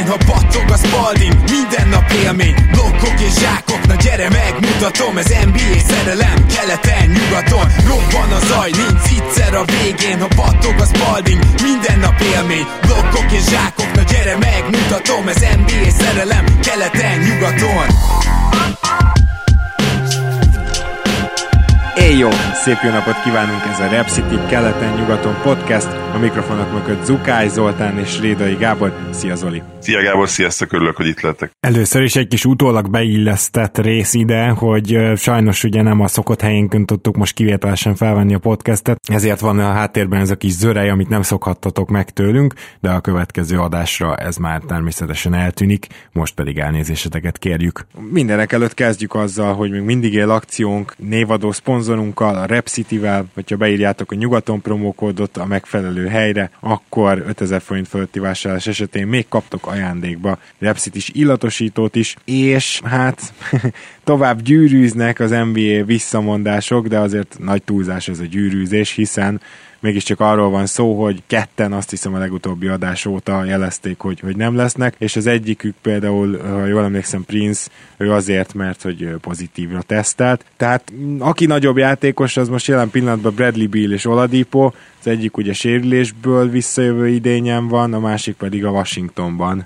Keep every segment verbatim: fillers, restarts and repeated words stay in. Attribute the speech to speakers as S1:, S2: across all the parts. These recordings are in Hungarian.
S1: végén, ha battog a Spalding, minden nap élmény, blokkok és zsákok, na gyere megmutatom, ez en bé á szerelem, keleten, nyugaton, robban a zaj, nincs viccer a végén, ha battog a Spalding, minden nap élmény, blokkok és zsákok, na gyere megmutatom, ez en bé á szerelem, keleten, nyugaton.
S2: Éj jó! Szép jó napot kívánunk, ez a Rep City keleten-nyugaton podcast, a mikrofonok mögött Zukály Zoltán és Rédai Gábor. Szia Zoli!
S3: Szia Gábor, sziasztok, örülök, hogy itt lettek.
S2: Először is egy kis utólag beillesztett rész ide, hogy sajnos ugye nem a szokott helyénkön tudtuk most kivételesen felvenni a podcastet, ezért van a háttérben ez a kis zörej, amit nem szokhattatok meg tőlünk, de a következő adásra ez már természetesen eltűnik, most pedig elnézéseteket kérjük. Mindenek előtt kezdjük azzal, hogy még mindig él akciónk névadó szponzorunkkal, a Rep Cityvel, hogyha beírjátok a nyugaton promókódot a megfelelő helyre, akkor ötezer forint fölötti vásárlás esetén még kaptok ajándékba Rep City-s illatosítót is, és hát tovább gyűrűznek az en bé á visszamondások, de azért nagy túlzás ez a gyűrűzés, hiszen mégiscsak arról van szó, hogy ketten azt hiszem a legutóbbi adás óta jelezték, hogy, hogy nem lesznek, és az egyikük például, ha jól emlékszem, Prince, ő azért, mert hogy pozitívra tesztelt. Tehát aki nagyobb játékos, az most jelen pillanatban Bradley Beal és Oladipo, az egyik ugye sérülésből visszajövő idényen van, a másik pedig a Washingtonban.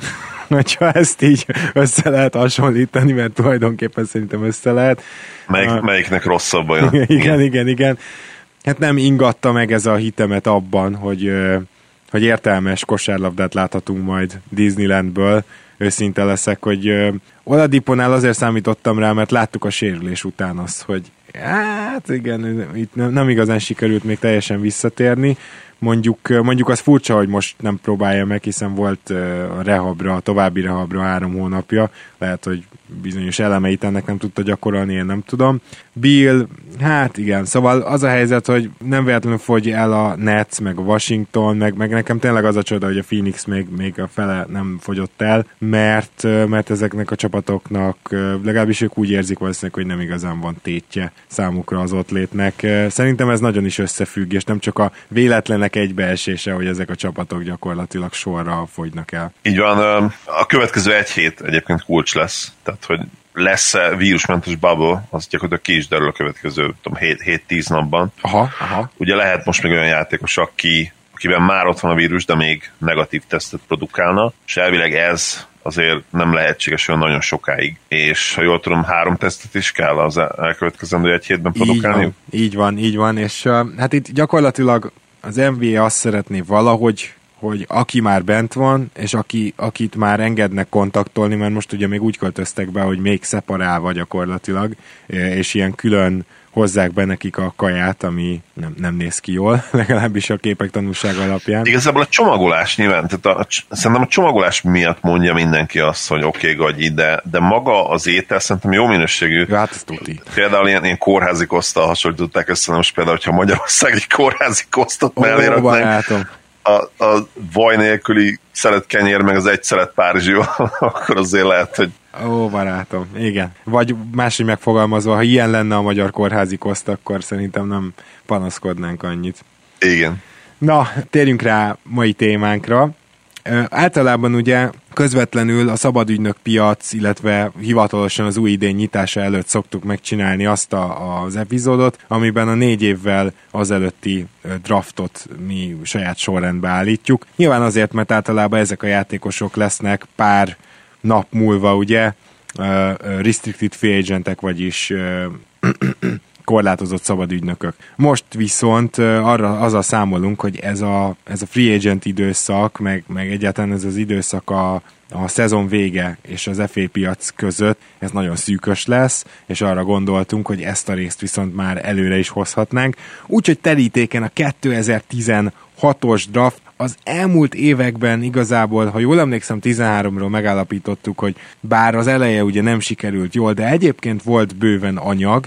S2: Hogyha ezt így össze lehet hasonlítani, mert tulajdonképpen szerintem össze lehet.
S3: Melyik, uh, melyiknek rosszabb olyan?
S2: Igen, igen, igen, igen. Hát nem ingatta meg ez a hitemet abban, hogy, hogy értelmes kosárlabdát láthatunk majd Disneylandből. Őszinte leszek, hogy Oladiponál azért számítottam rá, mert láttuk a sérülés után azt, hogy hát igen, itt nem, nem igazán sikerült még teljesen visszatérni. Mondjuk, mondjuk az furcsa, hogy most nem próbálja meg, hiszen volt a rehabra, a további rehabra három hónapja. Lehet, hogy bizonyos elemeit ennek nem tudta gyakorolni, én nem tudom. Bill, hát igen, szóval az a helyzet, hogy nem véletlenül fogy el a Nets, meg a Washington, meg, meg nekem tényleg az a csoda, hogy a Phoenix még, még a fele nem fogyott el, mert, mert ezeknek a csapatoknak legalábbis ők úgy érzik valószínűleg, hogy nem igazán van tétje számukra az ott létnek. Szerintem ez nagyon is összefügg, és nem csak a véletlenek egybeesése, hogy ezek a csapatok gyakorlatilag sorra fogynak el.
S3: Így van, a következő egy hét egyébként kulcs lesz, tehát hogy lesz-e vírusmentes bubble, az gyakorlatilag ki is derül a következő hét-tíz napban.
S2: Aha, aha.
S3: Ugye lehet most még olyan játékos, aki, akiben már ott van a vírus, de még negatív tesztet produkálna, és elvileg ez azért nem lehetséges olyan nagyon sokáig. És ha jól tudom, három tesztet is kell az elkövetkezendő egy hétben produkálni.
S2: Így van, így van, így van, és uh, hát itt gyakorlatilag az en bé á azt szeretné valahogy, hogy aki már bent van, és aki, akit már engednek kontaktolni, mert most ugye még úgy költöztek be, hogy még szeparálva gyakorlatilag, és ilyen külön hozzák be nekik a kaját, ami nem, nem néz ki jól, legalábbis a képek tanúság alapján.
S3: Igazából a csomagolás nyilván, tehát a, a, szerintem a csomagolás miatt mondja mindenki azt, hogy oké, okay, gagyi, de, de maga az étel szerintem jó minőségű.
S2: Ja, hát ez tuti.
S3: Például ilyen, ilyen kórházi koszttal hasonlították össze, most például, hogyha Magyarországi kórházi kosztot
S2: oh,
S3: mellé raknánk, a, a vaj nélküli szeletkenyér, meg az egy szelet párizsival, akkor azért lehet, hogy...
S2: Ó, barátom, igen. Vagy máshogy megfogalmazva, ha ilyen lenne a magyar kórházi koszt, akkor szerintem nem panaszkodnánk annyit.
S3: Igen.
S2: Na, térjünk rá mai témánkra. Ö, általában ugye közvetlenül a szabadügynök piac, illetve hivatalosan az új idény nyitása előtt szoktuk megcsinálni azt a, az epizódot, amiben a négy évvel azelőtti draftot mi saját sorrendbe állítjuk. Nyilván azért, mert általában ezek a játékosok lesznek pár nap múlva, ugye, uh, restricted free agentek, vagyis uh, korlátozott szabadügynökök. Most viszont uh, arra azzal számolunk, hogy ez a, ez a free agent időszak, meg, meg egyáltalán ez az időszak a, a szezon vége és az ef á piac között, ez nagyon szűkös lesz, és arra gondoltunk, hogy ezt a részt viszont már előre is hozhatnánk. Úgyhogy terítéken a kétezer-tizenhatos draft az elmúlt években igazából, ha jól emlékszem, tizenháromról megállapítottuk, hogy bár az eleje ugye nem sikerült jól, de egyébként volt bőven anyag,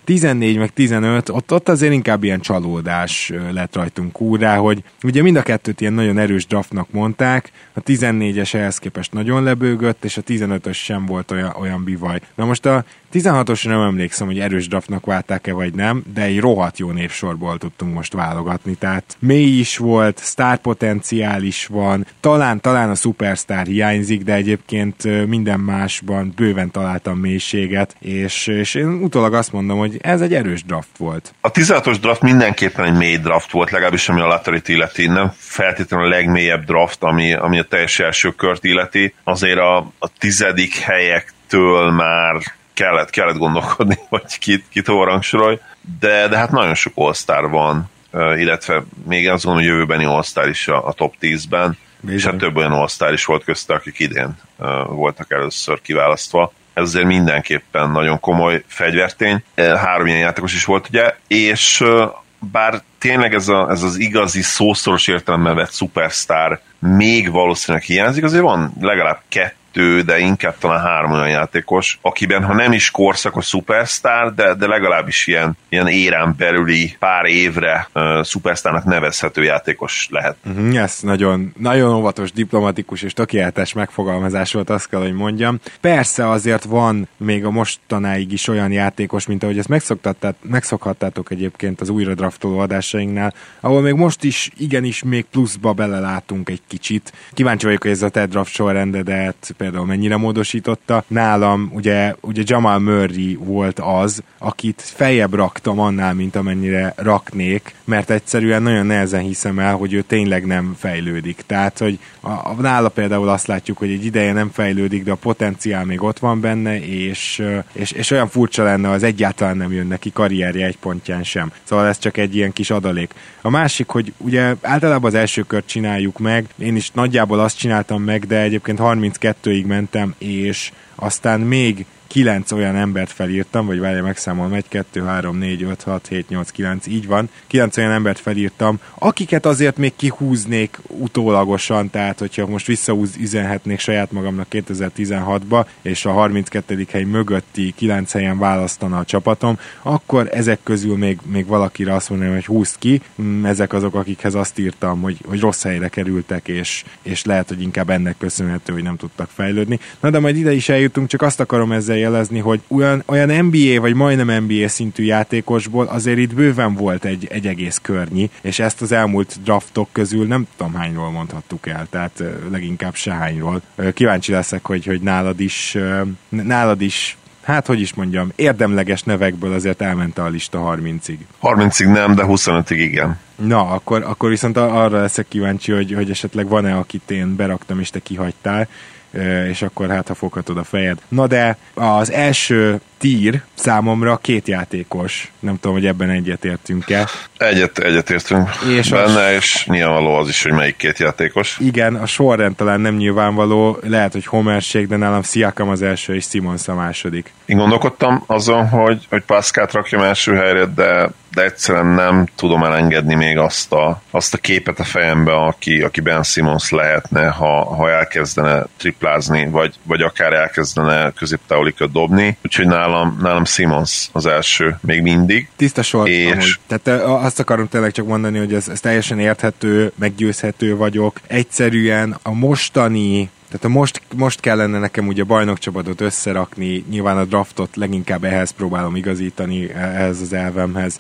S2: tizennégy meg tizenöt, ott, ott azért inkább ilyen csalódás lett rajtunk úrrá, hogy ugye mind a kettőt ilyen nagyon erős draftnak mondták, a tizennégyes ehhez képest nagyon lebőgött, és a tizenötös sem volt olyan, olyan bivaj. Na most a tizenhatosra nem emlékszem, hogy erős draftnak válták-e vagy nem, de egy rohadt jó névsorból tudtunk most válogatni, tehát mély is volt, sztárpotenciál is van, talán, talán a szupersztár hiányzik, de egyébként minden másban bőven találtam mélységet, és, és én utólag azt mondom, hogy ez egy erős draft volt.
S3: A tizenhatos draft mindenképpen egy mély draft volt, legalábbis ami a lottery-t illeti, nem feltétlenül a legmélyebb draft, ami, ami a teljes első kört illeti, azért a, a tizedik helyektől már kellett, kellett gondolkodni, hogy kit, kit hova rangsorolj, de, de hát nagyon sok all-star van, illetve még azt gondolom, hogy jövőbeni all-star is a, a top tízben, Bizony. És hát több olyan all-star is volt közte, akik idén uh, voltak először kiválasztva. Ez azért mindenképpen nagyon komoly fegyvertény. Három ilyen játékos is volt, ugye, és uh, bár tényleg ez, a, ez az igazi szószoros értelemben vett szupersztár még valószínűleg hiányzik, azért van legalább kettő, de inkább talán három olyan játékos, akiben ha nem is korszakos szupersztár, de, de legalábbis ilyen, ilyen érán belüli pár évre uh, szupersztárnak nevezhető játékos lehet.
S2: Uh-huh, ez nagyon, nagyon óvatos, diplomatikus és tökéletes megfogalmazás volt, azt kell, hogy mondjam. Persze azért van még a mostanáig is olyan játékos, mint ahogy ezt megszokhattátok egyébként az újra draftoló adásainknál, ahol még most is igenis még pluszba belelátunk egy kicsit. Kíváncsi vagyok, hogy ez a te draft sorrendedet például mennyire módosította. Nálam ugye, ugye Jamal Murray volt az, akit feljebb raktam annál, mint amennyire raknék, mert egyszerűen nagyon nehezen hiszem el, hogy ő tényleg nem fejlődik. Tehát, hogy a, a, nála például azt látjuk, hogy egy ideje nem fejlődik, de a potenciál még ott van benne, és, és, és olyan furcsa lenne, az egyáltalán nem jön neki karrierje egy pontján sem. Szóval ez csak egy ilyen kis adalék. A másik, hogy ugye általában az első kört csináljuk meg, én is nagyjából azt csináltam meg, de egyébként harminckettőig mentem, és aztán még kilenc olyan embert felírtam, vagy várja, megszámolom, egy, kettő, három, négy, öt, hat, hét, nyolc, kilenc, így van. kilenc olyan embert felírtam, akiket azért még kihúznék utólagosan, tehát hogyha most visszaüzenhetnék saját magamnak kétezer-tizenhatba, és a harminckettedik hely mögötti kilenc helyen választana a csapatom, akkor ezek közül még, még valakire azt mondanám, hogy húzd ki. Ezek azok, akikhez azt írtam, hogy, hogy rossz helyre kerültek, és, és lehet, hogy inkább ennek köszönhető, hogy nem tudtak fejlődni. Na de majd ide is eljutunk, csak azt akarom ezzel jelezni, hogy olyan, olyan en bé á vagy majdnem en bé á szintű játékosból azért itt bőven volt egy, egy egész környi, és ezt az elmúlt draftok közül nem tudom hányról mondhattuk el, tehát leginkább sehányról. Kíváncsi leszek, hogy, hogy nálad is nálad is hát, hogy is mondjam, érdemleges nevekből azért elment a lista harmincig.
S3: harmincig nem, de huszonötig igen.
S2: Na, akkor, akkor viszont arra leszek kíváncsi, hogy, hogy esetleg van-e, akit én beraktam, és te kihagytál, és akkor hát, ha foghatod a fejed. Na de az első tír számomra két játékos. Nem tudom, hogy ebben egyetértünk-e.
S3: Egyet, egyetértünk és benne, a... és nyilvánvaló az is, hogy melyik két játékos.
S2: Igen, a sorrend talán nem nyilvánvaló, lehet, hogy Homerség, de nálam Siakam az első, és Simmons a második.
S3: Én gondolkodtam azon, hogy, hogy Pascalt rakjam első helyre, de, de egyszerűen nem tudom elengedni még azt a, azt a képet a fejembe, aki, aki Ben Simmons lehetne, ha, ha elkezdene triplázni, vagy, vagy akár elkezdene középtávolikat dobni. Úgyhogy nálam, nálam Simmons az első még mindig.
S2: Tiszta sor. És... Tehát azt akarom tényleg csak mondani, hogy ez, ez teljesen érthető, meggyőzhető vagyok. Egyszerűen a mostani Tehát a most, most kellene nekem ugye bajnokcsapatot összerakni, nyilván a draftot leginkább ehhez próbálom igazítani, ehhez az elvemhez,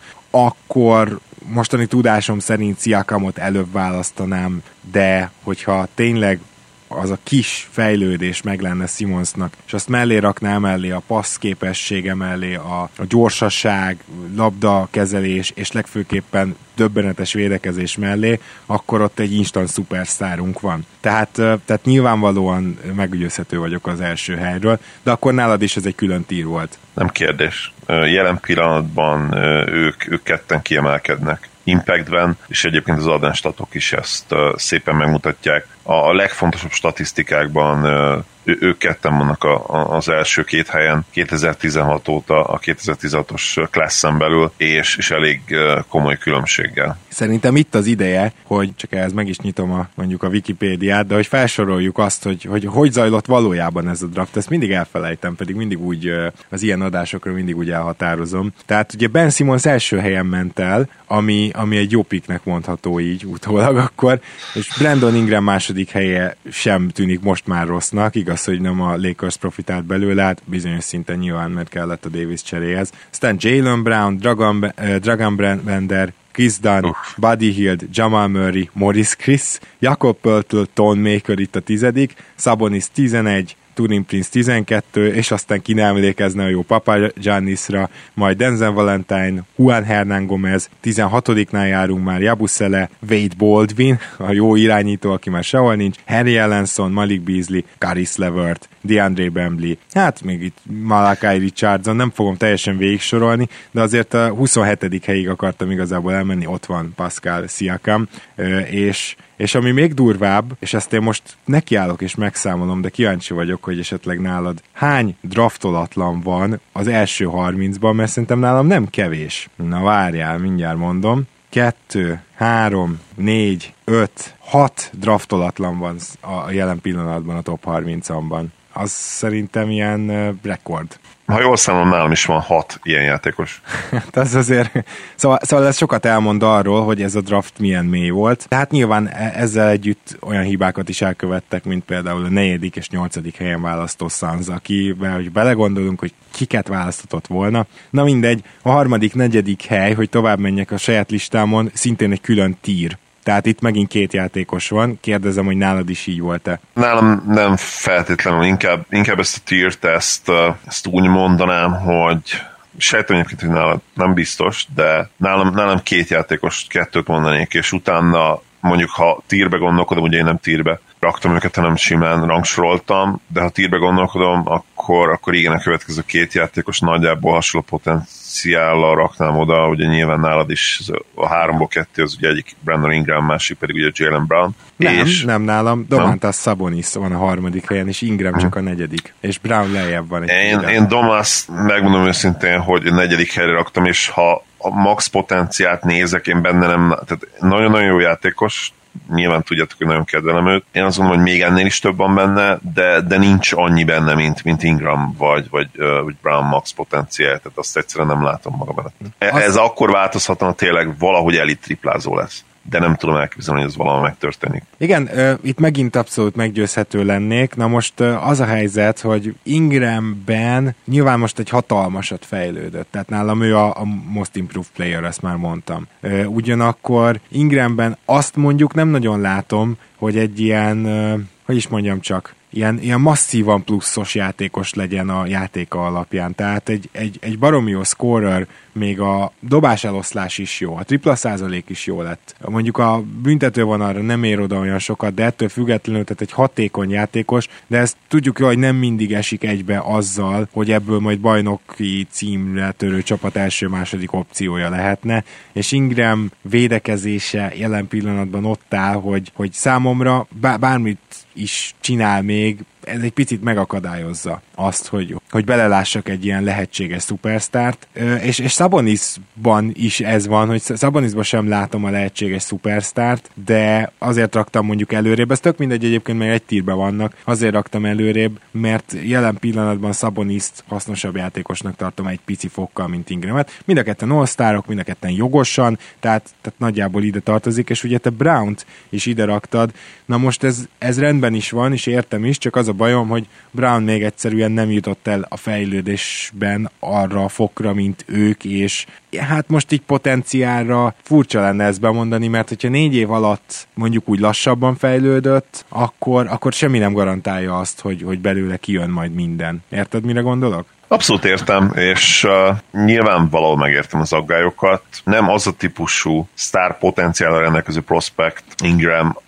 S2: akkor mostani tudásom szerint Siakamot előbb választanám, de hogyha tényleg az a kis fejlődés meg lenne Simmonsnak, és azt mellé rakná mellé a passz képessége mellé, a, a gyorsaság, labdakezelés, és legfőképpen döbbenetes védekezés mellé, akkor ott egy instant szupersztárunk van. Tehát, tehát nyilvánvalóan meggyőzhető vagyok az első helyről, de akkor nálad is ez egy külön tír volt.
S3: Nem kérdés. Jelen pillanatban ők, ők ketten kiemelkednek Impactben, és egyébként az advanced statok is ezt szépen megmutatják. A legfontosabb statisztikákban ő, ők ketten vannak a, a, az első két helyen kétezer-tizenhat óta a kétezer-tizenhatos klasszon belül, és, és elég komoly különbséggel.
S2: Szerintem itt az ideje, hogy csak ehhez meg is nyitom a, mondjuk a Wikipédiát, de hogy felsoroljuk azt, hogy, hogy hogy zajlott valójában ez a draft, ezt mindig elfelejtem, pedig mindig úgy az ilyen adásokra mindig úgy elhatározom. Tehát ugye Ben Simmons első helyen ment el, ami, ami egy jó picknek mondható így utólag akkor, és Brandon Ingram második helye sem tűnik most már rossznak, igaz, hogy nem a Lakers profitált belőle, hát bizonyos szinten nyilván, mert kellett a Davis cseréhez. Aztán Jaylen Brown, Dragan, uh, Dragan Bender, Chris Dunn, uh. Buddy Hield, Jamal Murray, Morris Chris, Jakob Poeltl, Thon Maker itt a tizedik, Sabonis tizenegy, Turin Prince tizenkettő, és aztán ki nem emlékezne a jó Papa Giannisra, majd Denzel Valentine, Juan Hernán Gomez, tizenhatodiknál járunk már, Yabusele, Wade Baldwin, a jó irányító, aki már sehol nincs, Henry Ellenson, Malik Beasley, Caris LeVert, DeAndre Bembry, hát még itt Malachi Richardson, nem fogom teljesen végigsorolni, de azért a huszonhetedik helyig akartam igazából elmenni, ott van Pascal Siakam, és És ami még durvább, és ezt én most nekiállok és megszámolom, de kíváncsi vagyok, hogy esetleg nálad hány draftolatlan van az első harmincban, mert szerintem nálam nem kevés. Na várjál, mindjárt mondom. Kettő, három, négy, öt, hat draftolatlan van a jelen pillanatban a top harmincban. Az szerintem ilyen uh, rekord.
S3: Ha jól számolom, nálam is van hat ilyen játékos.
S2: Hát az azért, szóval, szóval ez sokat elmond arról, hogy ez a draft milyen mély volt. Tehát nyilván ezzel együtt olyan hibákat is elkövettek, mint például a negyedik és nyolcadik helyen választó Suns, akivel, hogy belegondolunk, hogy kiket választhatott volna. Na mindegy, a harmadik, negyedik hely, hogy tovább menjek a saját listámon, szintén egy külön tír. Tehát itt megint két játékos van. Kérdezem, hogy nálad is így volt-e?
S3: Nálam nem feltétlenül, inkább, inkább ezt a tier-t, ezt, ezt úgy mondanám, hogy sejtem egyébként, hogy nálad nem biztos, de nálam, nálam két játékos, kettőt mondanék, és utána mondjuk, ha tírbe gondolkodom, ugye én nem tírbe raktam őket, hanem simán rangsoroltam, de ha tírbe gondolkodom, akkor, akkor igen, a következő két játékos nagyjából hasonló potenciállal raknám oda, ugye nyilván nálad is a háromból kettő, az ugye egyik Brandon Ingram, másik pedig ugye Jaylen Brown.
S2: Nem,
S3: és
S2: nem nálam, Domantas Sabonis van a harmadik helyen, és Ingram hmm. csak a negyedik, és Brown lejjebb van. Egy
S3: én, én Domas, megmondom őszintén, hogy a negyedik helyre raktam, és ha a max potenciált nézek, én benne nem, tehát nagyon-nagyon jó játékos, nyilván tudjátok, hogy nagyon kedvelem őt. Én azt gondolom, hogy még ennél is több van benne, de, de nincs annyi benne, mint, mint Ingram vagy, vagy, vagy Brown max potenciál, tehát azt egyszerűen nem látom magam előtt. Ez azt... akkor változhatna, tényleg valahogy elit triplázó lesz. De nem tudom elképzelni, hogy ez valahol megtörténik.
S2: Igen, uh, itt megint abszolút meggyőzhető lennék. Na most uh, az a helyzet, hogy Ingramben nyilván most egy hatalmasat fejlődött, tehát nálam ő a, a most improved player, ezt már mondtam. Uh, ugyanakkor Ingramben azt mondjuk nem nagyon látom, hogy egy ilyen, uh, hogy is mondjam csak, Ilyen, ilyen masszívan pluszos játékos legyen a játéka alapján. Tehát egy, egy, egy baromi jó scorer, még a dobás eloszlás is jó, a tripla százalék is jó lett. Mondjuk a büntetővonalra nem ér oda olyan sokat, de ettől függetlenül, tehát egy hatékony játékos, de ezt tudjuk jó, hogy nem mindig esik egybe azzal, hogy ebből majd bajnoki címre törő csapat első-második opciója lehetne, és Ingram védekezése jelen pillanatban ott áll, hogy, hogy számomra bármit is csinál még, ez egy picit megakadályozza azt, hogy, hogy belelássak egy ilyen lehetséges szupersztárt, és, és Sabonisban is ez van, hogy Sabonisban sem látom a lehetséges szupersztárt, de azért raktam mondjuk előrébb, ez tök mindegy egyébként, mert egy tírben vannak, azért raktam előrébb, mert jelen pillanatban Saboniszt hasznosabb játékosnak tartom egy pici fokkal, mint Ingramet. Mind a ketten all-sztárok, mind a ketten jogosan, tehát, tehát nagyjából ide tartozik, és ugye te Brownt is ide raktad, na most ez, ez rendben is van, és értem is, csak az a bajom, hogy Brown még egyszerűen nem jutott el a fejlődésben arra a fokra, mint ők, és hát most így potenciálra furcsa lenne ezt bemondani, mert hogyha négy év alatt mondjuk úgy lassabban fejlődött, akkor, akkor semmi nem garantálja azt, hogy, hogy belőle kijön majd minden. Érted, mire gondolok?
S3: Abszolút értem, és uh, nyilván valahol megértem az aggályokat. Nem az a típusú sztár potenciálra rendelkező prospect Ingram,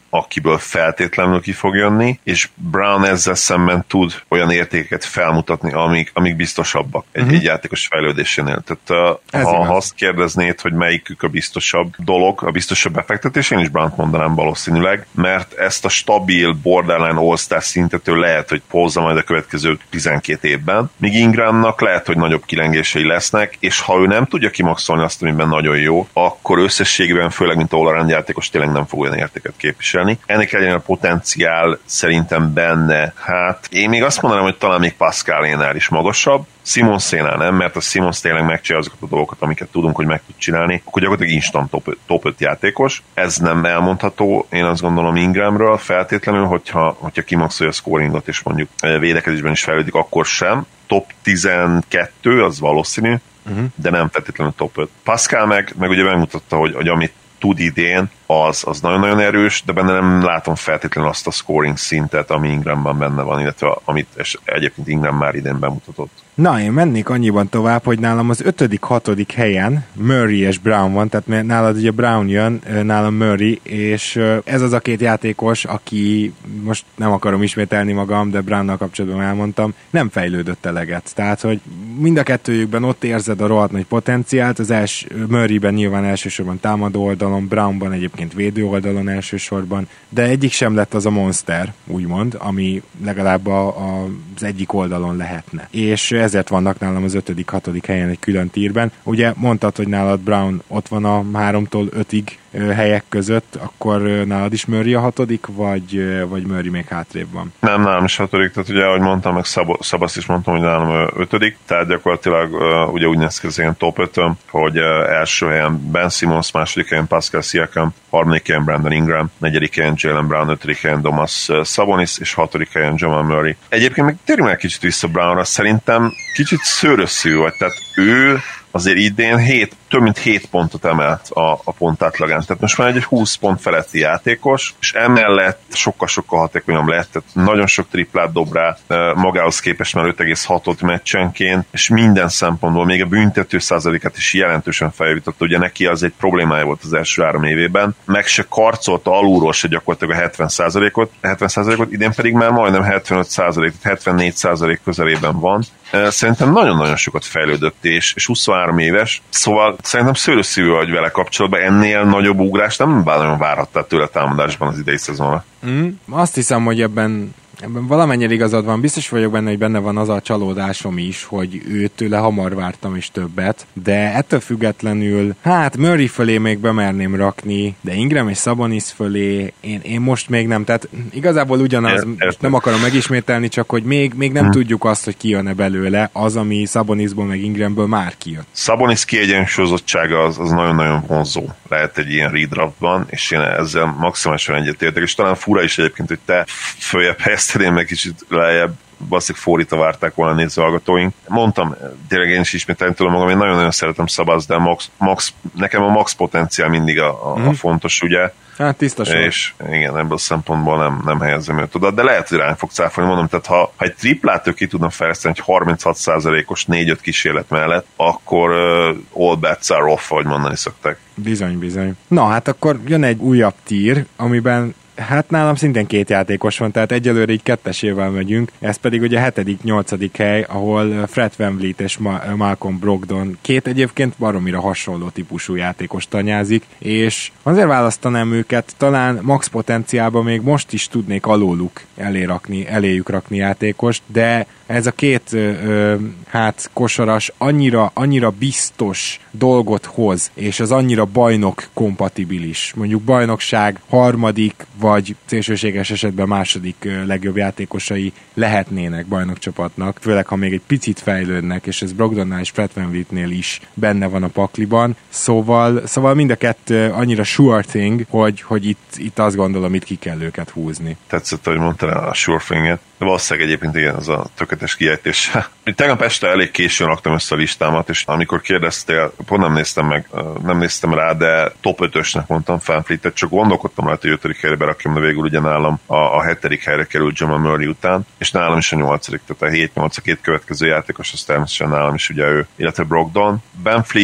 S3: akiből feltétlenül ki fog jönni, és Brown ezzel szemben tud olyan értékeket felmutatni, amik, amik biztosabbak egy, uh-huh. egy játékos fejlődésénél. Tehát uh, ha, ha azt kérdeznéd, hogy melyikük a biztosabb dolog, a biztosabb befektetés, én is Brownt mondanám valószínűleg, mert ezt a stabil borderline all-star szintet ő lehet, hogy hozza majd a következő tizenkét évben, míg Ingramnak lehet, hogy nagyobb kilengései lesznek, és ha ő nem tudja kimaxolni azt, amiben nagyon jó, akkor összességében, főleg mint all-around játékos tényleg nem fog olyan értéket képviselni. Ennek ellenére a potenciál szerintem benne, hát én még azt mondanám, hogy talán még Pascalénál is magasabb, Simonsénál nem, mert a Simons tényleg megcsinálja azokat a dolgokat, amiket tudunk, hogy meg tud csinálni, akkor gyakorlatilag instant top, top öt játékos. Ez nem elmondható, én azt gondolom Ingramről feltétlenül, hogyha, hogyha kimaxolja a scoringot, és mondjuk védekezésben is fejlődik, akkor sem. Top tizenkettő, az valószínű, uh-huh. de nem feltétlenül top öt. Pascal meg, meg ugye megmutatta, hogy, hogy amit tud idén, az, az nagyon-nagyon erős, de benne nem látom feltétlenül azt a scoring szintet, ami Ingramban benne van, illetve amit egyébként Ingram már idén bemutatott.
S2: Na, én mennék annyiban tovább, hogy nálam az ötödik, hatodik helyen Murray és Brown van, tehát nálad ugye Brown jön, nálam Murray, és ez az a két játékos, aki, most nem akarom ismételni magam, de Brownnal kapcsolatban elmondtam, nem fejlődött eleget. Tehát, hogy mind a kettőjükben ott érzed a rohadt nagy potenciált, az első, Murrayben nyilván elsősorban támadó oldalon, Brownban egyébként védő oldalon elsősorban, de egyik sem lett az a monster, úgymond, ami legalább a, a, az egyik oldalon lehetne. És ezért vannak nálam az ötödik, hatodik helyen egy külön tírben. Ugye mondtad, hogy nálad Brown ott van a háromtól ötig helyek között, akkor nálad is Murray a hatodik, vagy, vagy Murray még hátrébb van?
S3: Nem, nálam is hatodik, tehát ugye, ahogy mondtam, meg Szab- Szabasz is mondtam, hogy nálam ötödik, tehát gyakorlatilag uh, ugye úgy néz ki az ilyen top ötöm, hogy uh, első helyen Ben Simmons, második helyen Pascal Siakam, harmadik helyen Brandon Ingram, negyedik helyen Jaylen Brown, ötödik helyen Domas Sabonis, és hatodik helyen Jamal Murray. Egyébként még térjünk egy kicsit vissza Brownra, szerintem kicsit szőrösszű vagy, tehát ő azért idén hét, több mint hét pontot emelt a, a pontátlagán. Tehát most már egy húsz pont feletti játékos, és emellett sokkal-sokkal hatékonyabb lett, tehát nagyon sok triplát dob rá, magához képest már öt egész hatot meccsenként, és minden szempontból, még a büntető százalékát is jelentősen feljavította. Ugye neki az egy problémája volt az első három évében, meg se karcolta alulról se gyakorlatilag a hetven százalékot, hetven százalékot, idén pedig már majdnem hetvenöt százalék, tehát hetvennégy százalék közelében van. Szerintem nagyon-nagyon sokat fejlődött, és, és huszonhárom éves, szóval szerintem szőrösszívű vagy vele kapcsolatban, ennél nagyobb ugrás nem nagyon várhattál tőle támadásban az idei szezonra.
S2: Mm, azt hiszem, hogy ebben Ebben valamennyire igazad van, biztos vagyok benne, hogy benne van az a csalódásom is, hogy őt tőle hamar vártam is többet, de ettől függetlenül, hát Murray fölé még bemerném rakni, de Ingram és Sabonis fölé én, én most még nem, tehát igazából ugyanaz, most nem akarom megismételni, csak hogy még, még nem hmm. tudjuk azt, hogy kijön-e belőle az, ami Sabonisból meg Ingramből már kijön.
S3: Sabonis kiegyensúlyozottsága az, az nagyon-nagyon vonzó lehet egy ilyen redraftban, és én ezzel maximálisan egyetértek, és talán fura is egyébként, hogy te följebb helyezted, én meg kicsit lejjebb, basszik fordítva várták volna a nézőhallgatóink. Mondtam, tényleg én is ismételni tudom magam, én nagyon-nagyon szeretem Szabasz, de max, max, nekem a max potenciál mindig a, a, mm. a fontos, ugye.
S2: Hát tiszta sor.
S3: És igen, ebből a szempontból nem, nem helyezem őt oda, de lehet, hogy rám fog cáfolni, mondom, tehát ha, ha egy triplát ő ki tudna fejleszteni egy harminchat százalékos négy-öt kísérlet mellett, akkor uh, all bets are off, ahogy mondani szokták.
S2: Bizony, bizony. Na, hát akkor jön egy újabb tír, amiben hát nálam szintén két játékos van, tehát egyelőre így kettesével megyünk, ez pedig ugye hetedik, nyolcadik hely, ahol Fred VanVleet és Ma- Malcolm Brogdon két egyébként baromira hasonló típusú játékos tanyázik, és azért választanám őket, talán max potenciálban még most is tudnék alóluk elé rakni, eléjük rakni játékost, de ez a két ö, hát kosaras annyira, annyira biztos dolgot hoz, és az annyira bajnok kompatibilis. Mondjuk bajnokság harmadik, vagy szélsőséges esetben második legjobb játékosai lehetnének bajnokcsapatnak, főleg ha még egy picit fejlődnek, és ez Brogdonnál és Fred VanVleetnél is benne van a pakliban. Szóval, szóval mind a kettő annyira sure thing, hogy, hogy itt, itt azt gondolom, itt ki kell őket húzni.
S3: Tetszett, hogy mondtál a sure thing-et. De valószínűleg egyébként igen, az a tökéletes kiejtés. Tegnap este elég későn raktam össze a listámat, és amikor kérdeztél, pont nem néztem meg, nem néztem rá, de top ötösnek mondtam VanVleetet, csak gondolkodtam rá, hogy ötödik helyre berakjam, de végül ugye nálam a, a hetedik helyre került Jamal Murray után, és nálam is a nyolcadik, tehát a hét nyolc a két következő játékos, az természetesen nálam is ugye ő, illetve Brogdon. VanVleet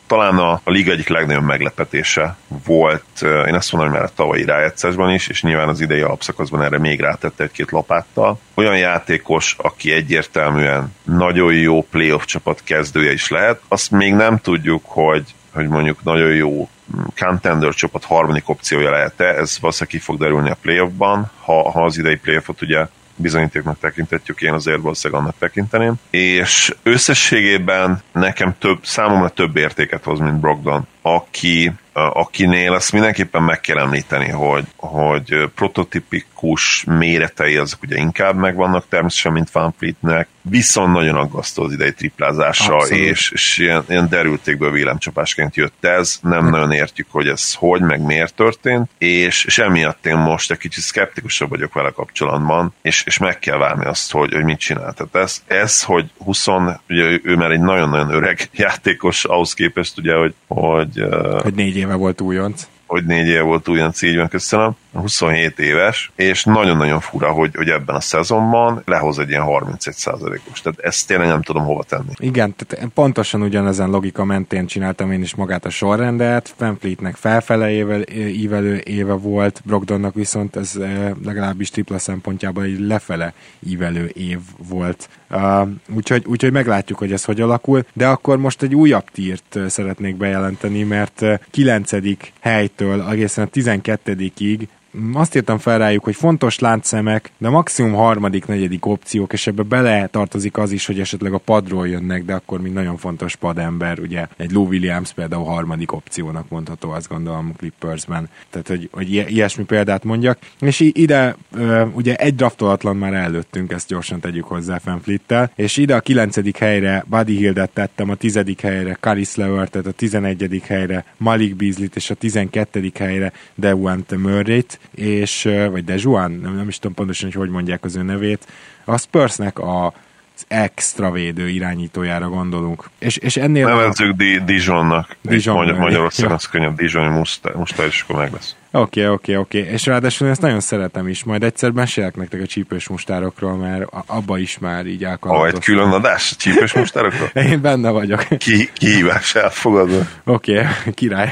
S3: talán a, a liga egyik legnagyobb meglepetése volt, én azt mondom, hogy már a tavalyi rájátszásban is, és nyilván az idei alapszakaszban erre még rátette egy-két lapáttal. Olyan játékos, aki egyértelműen nagyon jó playoff csapat kezdője is lehet, azt még nem tudjuk, hogy, hogy mondjuk nagyon jó contender csapat harmadik opciója lehet-e, ez valószínűleg ki fog derülni a playoffban, ha, ha az idei playoffot ugye bizonyítéknak tekintetjük, én azért valószínűleg annak tekinteném. És összességében nekem több, számomra több értéket hoz, mint Brogdon, aki, akinél azt mindenképpen meg kell említeni, hogy, hogy prototipikus méretei azok ugye inkább megvannak természetesen, mint Van Fleetnek, viszont nagyon aggasztó az idei triplázása, és, és ilyen, ilyen derültékből villámcsapásként jött ez, nem hm. nagyon értjük, hogy ez hogy, meg miért történt, és, és emiatt én most egy kicsit szkeptikusabb vagyok vele kapcsolatban, és, és meg kell várni azt, hogy, hogy mit csinál. Tehát ez, ez hogy húsz, ugye ő, ő már egy nagyon-nagyon öreg játékos ahhoz képest, ugye, hogy, hogy
S2: hogy négy éve volt újonc.
S3: Hogy négy éve volt újonc, így van, köszönöm. huszonhét éves, és nagyon-nagyon fura, hogy, hogy ebben a szezonban lehoz egy ilyen harmincegy százalékos. Tehát ezt tényleg nem tudom hova tenni.
S2: Igen, tehát pontosan ugyanezen logika mentén csináltam én is magát a sorrendet. Van Fleetnek felfele éve, ívelő éve volt, Brogdonnak viszont ez legalábbis tripla szempontjában egy lefele ívelő év volt. Uh, úgyhogy, úgyhogy meglátjuk, hogy ez hogy alakul, de akkor most egy újabb tírt szeretnék bejelenteni, mert kilencedik helytől egészen a tizenkettedikig azt írtam fel rájuk, hogy fontos láncszemek, de maximum harmadik, negyedik opciók, és ebbe bele tartozik az is, hogy esetleg a padról jönnek, de akkor még nagyon fontos padember, ugye egy Lou Williams például harmadik opciónak mondható, azt gondolom Clippersben. Tehát, hogy, hogy ilyesmi példát mondjak. És ide ugye egy draftolatlan már előttünk, ezt gyorsan tegyük hozzá Van Fleettel, és ide a kilencedik helyre Buddy Hieldet tettem, a tizedik helyre Caris LeVertet, a tizenegyedik helyre Malik Beasley-t, és a tizenkettedik helyre Dejounte Murrayt, és, vagy Dejuan, nem, nem is tudom pontosan, hogy hogy mondják az ő nevét, a Spursnek a az extra védő irányítójára gondolunk. És, és ennél...
S3: Nevezzük a... Dijonnak. Dijon Magyar, Magyarországon az könnyebb, Dijoni mustár, és akkor meg lesz.
S2: Oké, oké, oké. És ráadásul ezt nagyon szeretem is. Majd egyszer mesélek nektek a csípős mustárokról, mert abba is már így elkalandoztam.
S3: Ó, egy külön adás a csípős mustárokról?
S2: Én benne vagyok.
S3: Ki, kihívás elfogadva.
S2: Oké, okay, király.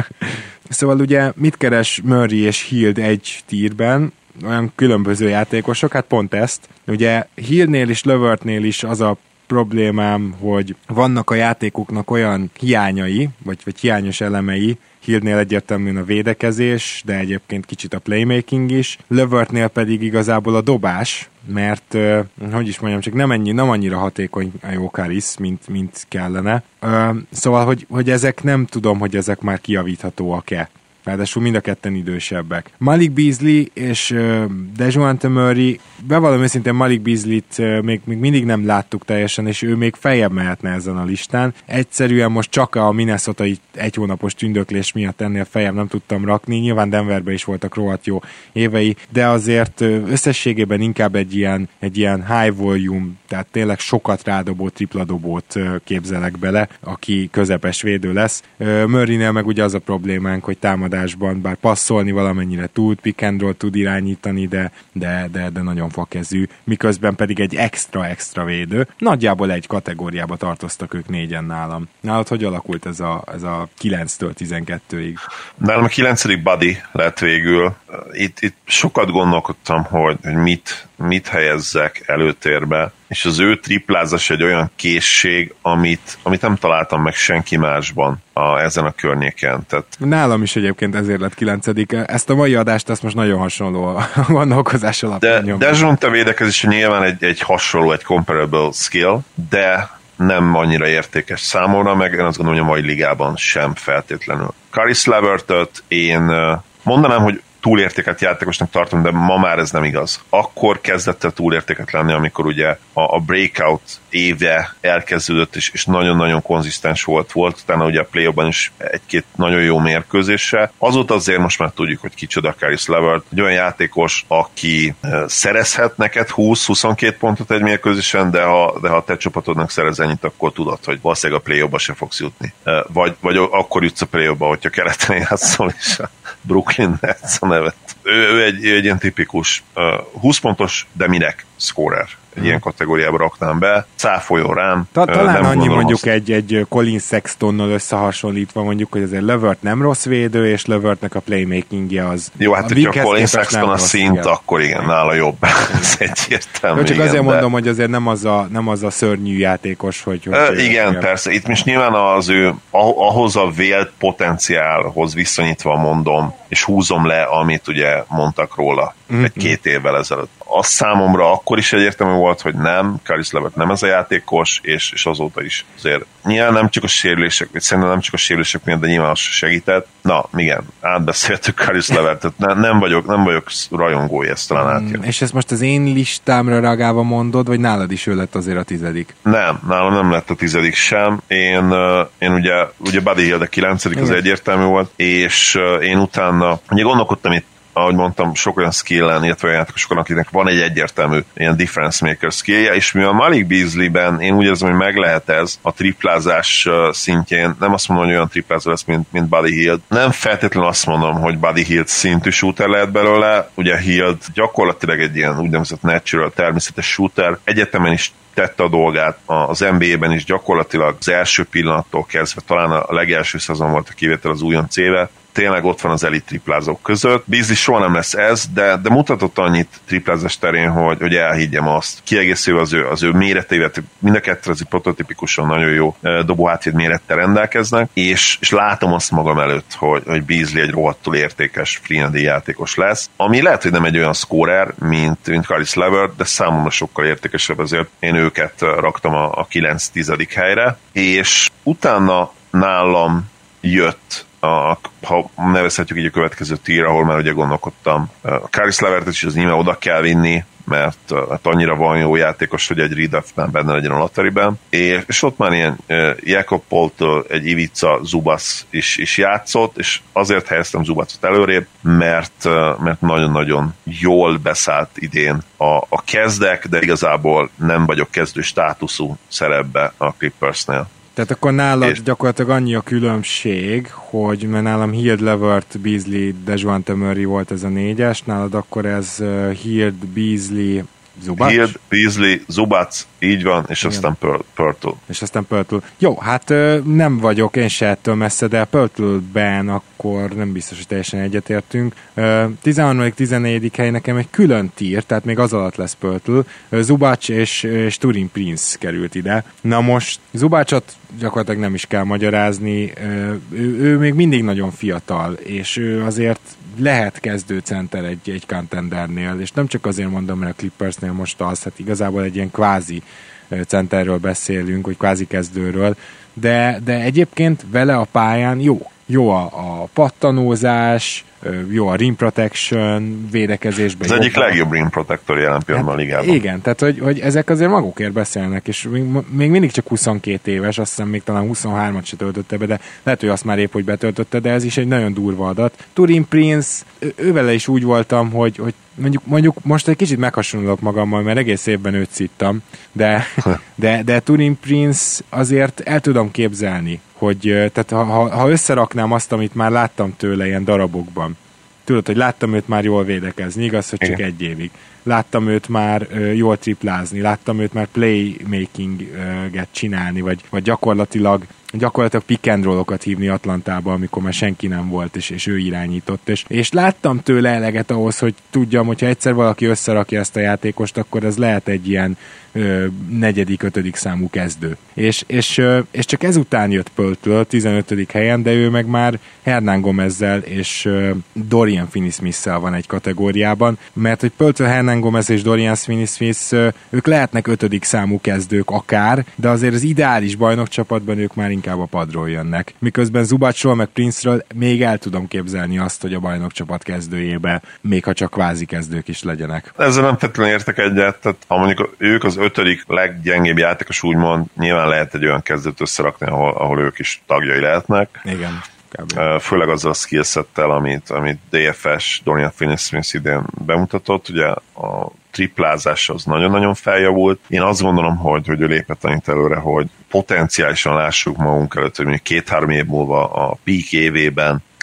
S2: Szóval ugye mit keres Murray és Hield egy tírben? Olyan különböző játékosok, hát pont ezt. Ugye Hieldnél és LeVertnél is az a problémám, hogy vannak a játékoknak olyan hiányai, vagy, vagy hiányos elemei, Hieldnél egyértelműen a védekezés, de egyébként kicsit a playmaking is, LeVertnél pedig igazából a dobás, mert, uh, hogy is mondjam, csak nem, ennyi, nem annyira hatékony a jó Caris, mint, mint kellene. Uh, szóval, hogy, hogy ezek nem tudom, hogy ezek már kijavíthatóak-e. Ráadásul mind a ketten idősebbek. Malik Beasley és uh, Dejounte Murray, bevallom őszintén Malik Beasley-t uh, még, még mindig nem láttuk teljesen, és ő még feljebb mehetne ezen a listán. Egyszerűen most csak a Minnesota-i egy hónapos tündöklés miatt ennél feljebb nem tudtam rakni. Nyilván Denverben is voltak rohadt jó évei, de azért uh, összességében inkább egy ilyen, egy ilyen high volume, tehát tényleg sokat rádobó tripladobót uh, képzelek bele, aki közepes védő lesz. Uh, Murraynél meg ugye az a problémánk, hogy támadás bár passzolni valamennyire tud, pick and roll tud irányítani, de, de, de, de nagyon fakezű, miközben pedig egy extra-extra védő. Nagyjából egy kategóriába tartoztak ők négyen nálam. Nálad hogy alakult ez a, ez a kilenctől tizenkettőig?
S3: Nálam a kilencedik Buddy lett végül. Itt, itt sokat gondolkodtam, hogy, hogy mit, mit helyezzek előtérbe, és az ő triplázás egy olyan készség, amit, amit nem találtam meg senki másban a, ezen a környéken. Tehát...
S2: Nálam is egyébként ezért lett kilencedik. Ezt a mai adást ezt most nagyon hasonló a gondolkozás alapján
S3: nyomom. De Dejounte védekezés nyilván egy, egy hasonló, egy comparable skill, de nem annyira értékes számomra, meg én azt gondolom, hogy a mai ligában sem feltétlenül. Caris LeVertet én mondanám, hogy túlértéket játékosnak tartom, de ma már ez nem igaz. Akkor kezdett el túlértéket lenni, amikor ugye a, a breakout éve elkezdődött, és, és nagyon-nagyon konzisztens volt. Volt utána ugye a play-offban is egy-két nagyon jó mérkőzése. Azóta azért most már tudjuk, hogy kicsoda Caris LeVert. Egy olyan játékos, aki szerezhet neked húsz-huszonkettő pontot egy mérkőzésen, de ha, de ha a te csapatodnak szerez ennyit, akkor tudod, hogy valószínűleg a play-offba se fogsz jutni. Vagy, vagy akkor jutsz a play-offba, hogyha keleten játszol, és a Brooklyn Nets a nevet. Ő, ő, egy, ő egy ilyen tipikus uh, húsz pontos, de minek? scorer. Egy ilyen kategóriába raknám be. Cáfoljon rám.
S2: Ta- talán
S3: nem
S2: annyi mondjuk
S3: azt.
S2: egy, egy Colin Sextonnal összehasonlítva mondjuk, hogy azért Levert nem rossz védő, és Levertnek a playmakingje az...
S3: Jó, hát hogyha Colin Sexton a szint,
S2: igen.
S3: akkor igen, nála jobb. Ez egyértelmű.
S2: Jó, csak
S3: igen,
S2: azért
S3: de...
S2: mondom, hogy azért nem az a, nem az a szörnyű játékos, hogy... hogy
S3: Ö, igen, igen, persze. Itt most nyilván az ő ahhoz a vélt potenciálhoz viszonyítva mondom, és húzom le, amit ugye mondtak róla mm-hmm. egy két évvel ezelőtt. Az számomra akkor is egyértelmű volt, hogy nem, Caris Levert nem ez a játékos, és, és azóta is azért. Nyilván nem csak a sérülések, vagy szerintem nem csak a sérülések miatt, de nyilván az segített. Na, igen, átbeszéltük Caris Levertet, ne, nem vagyok, nem vagyok rajongója, ezt talán átjön.
S2: És ezt most az én listámra reagálva mondod, vagy nálad is ő lett azért a tizedik?
S3: Nem, nálam nem lett a tizedik sem. Én, én ugye, ugye Buddy Hield a kilencedik, az egyértelmű volt, és én utána, ugye gondolkodtam itt, ahogy mondtam, sok olyan skillen, illetve olyan játékosokon, akinek van egy egyértelmű ilyen difference maker skillje, és mivel Malik Beasley-ben én úgy érzem, hogy meg lehet ez a triplázás szintjén, nem azt mondom, hogy olyan triplázó lesz, mint, mint Buddy Hield. Nem feltétlenül azt mondom, hogy Buddy Hield szintű shooter lehet belőle, ugye Hield gyakorlatilag egy ilyen úgynevezett natural, természetes shooter, egyetemen is tette a dolgát, az en bé á-ben is gyakorlatilag az első pillanattól kezdve, talán a legelső szezon volt a kivétel az újonc éve, tényleg ott van az elit triplázók között. Beasley soha nem lesz ez, de, de mutatott annyit triplázás terén, hogy, hogy elhiggyem azt. Kiegészülve az ő, az ő méretével, mind a kettő az prototipikusan nagyon jó dobóhátvéd mérettel rendelkeznek, és, és látom azt magam előtt, hogy, hogy Beasley egy rohadtul értékes free and játékos lesz, ami lehet, hogy nem egy olyan scorer, mint, mint Caris Levert, de számomra sokkal értékesebb, ezért én őket raktam a, a kilenc-tizedik helyre, és utána nálam jött a, ha nevezhetjük így a következő tier, ahol már ugye gondolkodtam. A Caris Levert is az nyilván oda kell vinni, mert hát annyira van jó játékos, hogy egy redraftnál benne legyen a lotteriben. És, és ott már ilyen uh, Jakob Poeltl, egy Ivica Zubac is, is játszott, és azért helyeztem Zubacot előrébb, mert, uh, mert nagyon-nagyon jól beszállt idén a, a kezdek, de igazából nem vagyok kezdő státuszú szerepbe a Clippersnél.
S2: Tehát akkor nálad
S3: és...
S2: gyakorlatilag annyi a különbség, hogy mert nálam Hield, Levert, Beasley, Dejounte Murray volt ez a négyes, nálad akkor ez uh, Hield, Beasley, Zubac?
S3: Hield, Beasley, Zubac, így van, és igen. Aztán Poeltl.
S2: És aztán Poeltl. Jó, hát uh, nem vagyok én se ettől messze, de Poeltlben akkor nem biztos, hogy teljesen egyetértünk. Uh, tizenharmadik tizennegyedik hely nekem egy külön tier, tehát még az alatt lesz Poeltl. Uh, Zubac és, és Turin Prince került ide. Na most Zubacot gyakorlatilag nem is kell magyarázni, uh, ő, ő még mindig nagyon fiatal, és ő azért lehet kezdőcenter egy, egy contendernél, és nem csak azért mondom, mert a Clippersnél most az, hát igazából egy ilyen kvázi centerről beszélünk, vagy kvázi kezdőről, de, de egyébként vele a pályán jó. Jó a, a pattanózás, jó a rim protection, védekezésben.
S3: Az egyik legjobb rim protector jelen pillanatban hát, a ligában.
S2: Igen, tehát hogy, hogy ezek azért magukért beszélnek, és még, még mindig csak huszonkét éves, azt hiszem még talán huszonhármat se töltötte be, de lehet, hogy azt már épp, hogy betöltötte, de ez is egy nagyon durva adat. Turin Prince, ővele is úgy voltam, hogy, hogy mondjuk, mondjuk most egy kicsit meghasonlok magammal, mert egész évben őt szittam, de, de, de Turin Prince azért el tudom képzelni, hogy tehát ha, ha összeraknám azt, amit már láttam tőle ilyen darabokban, tudod, hogy láttam őt már jól védekezni, igaz, hogy csak igen. egy évig. Láttam őt már uh, jól triplázni, láttam őt már playmaking-et csinálni, vagy, vagy gyakorlatilag gyakorlatilag pick and roll-okat hívni Atlantába, amikor már senki nem volt, és, és ő irányított. És, és láttam tőle eleget ahhoz, hogy tudjam, hogyha egyszer valaki összerakja ezt a játékost, akkor ez lehet egy ilyen ö, negyedik, ötödik számú kezdő. És, és, ö, és csak ezután jött Poeltl tizenötödik helyen, de ő meg már Hernán Gomezzel és ö, Dorian Finney-Smith-szel van egy kategóriában, mert hogy Poeltl, Hernán Gomez és Dorian Finney-Smith, ö, ők lehetnek ötödik számú kezdők akár, de azért az ideális bajnokcsapatban ők már inkább a padról jönnek. Miközben Zubacról meg Prince-ről még el tudom képzelni azt, hogy a bajnokcsapat kezdőjébe, még ha csak kvázi kezdők is legyenek.
S3: Ezzel nem feltétlenül értek egyet, tehát ha mondjuk ők az ötödik leggyengébb játékos, úgymond, nyilván lehet egy olyan kezdőt összerakni, ahol, ahol ők is tagjai lehetnek.
S2: Igen.
S3: Kb. Főleg azzal a skillsettel, amit, amit dé ef es Dorian Finney-Smith idén bemutatott, ugye a triplázás az nagyon-nagyon feljavult. Én azt gondolom, hogy, hogy ő lépett annyit előre, hogy potenciálisan lássuk magunk előtt, hogy mondjuk két-három év múlva a peak évében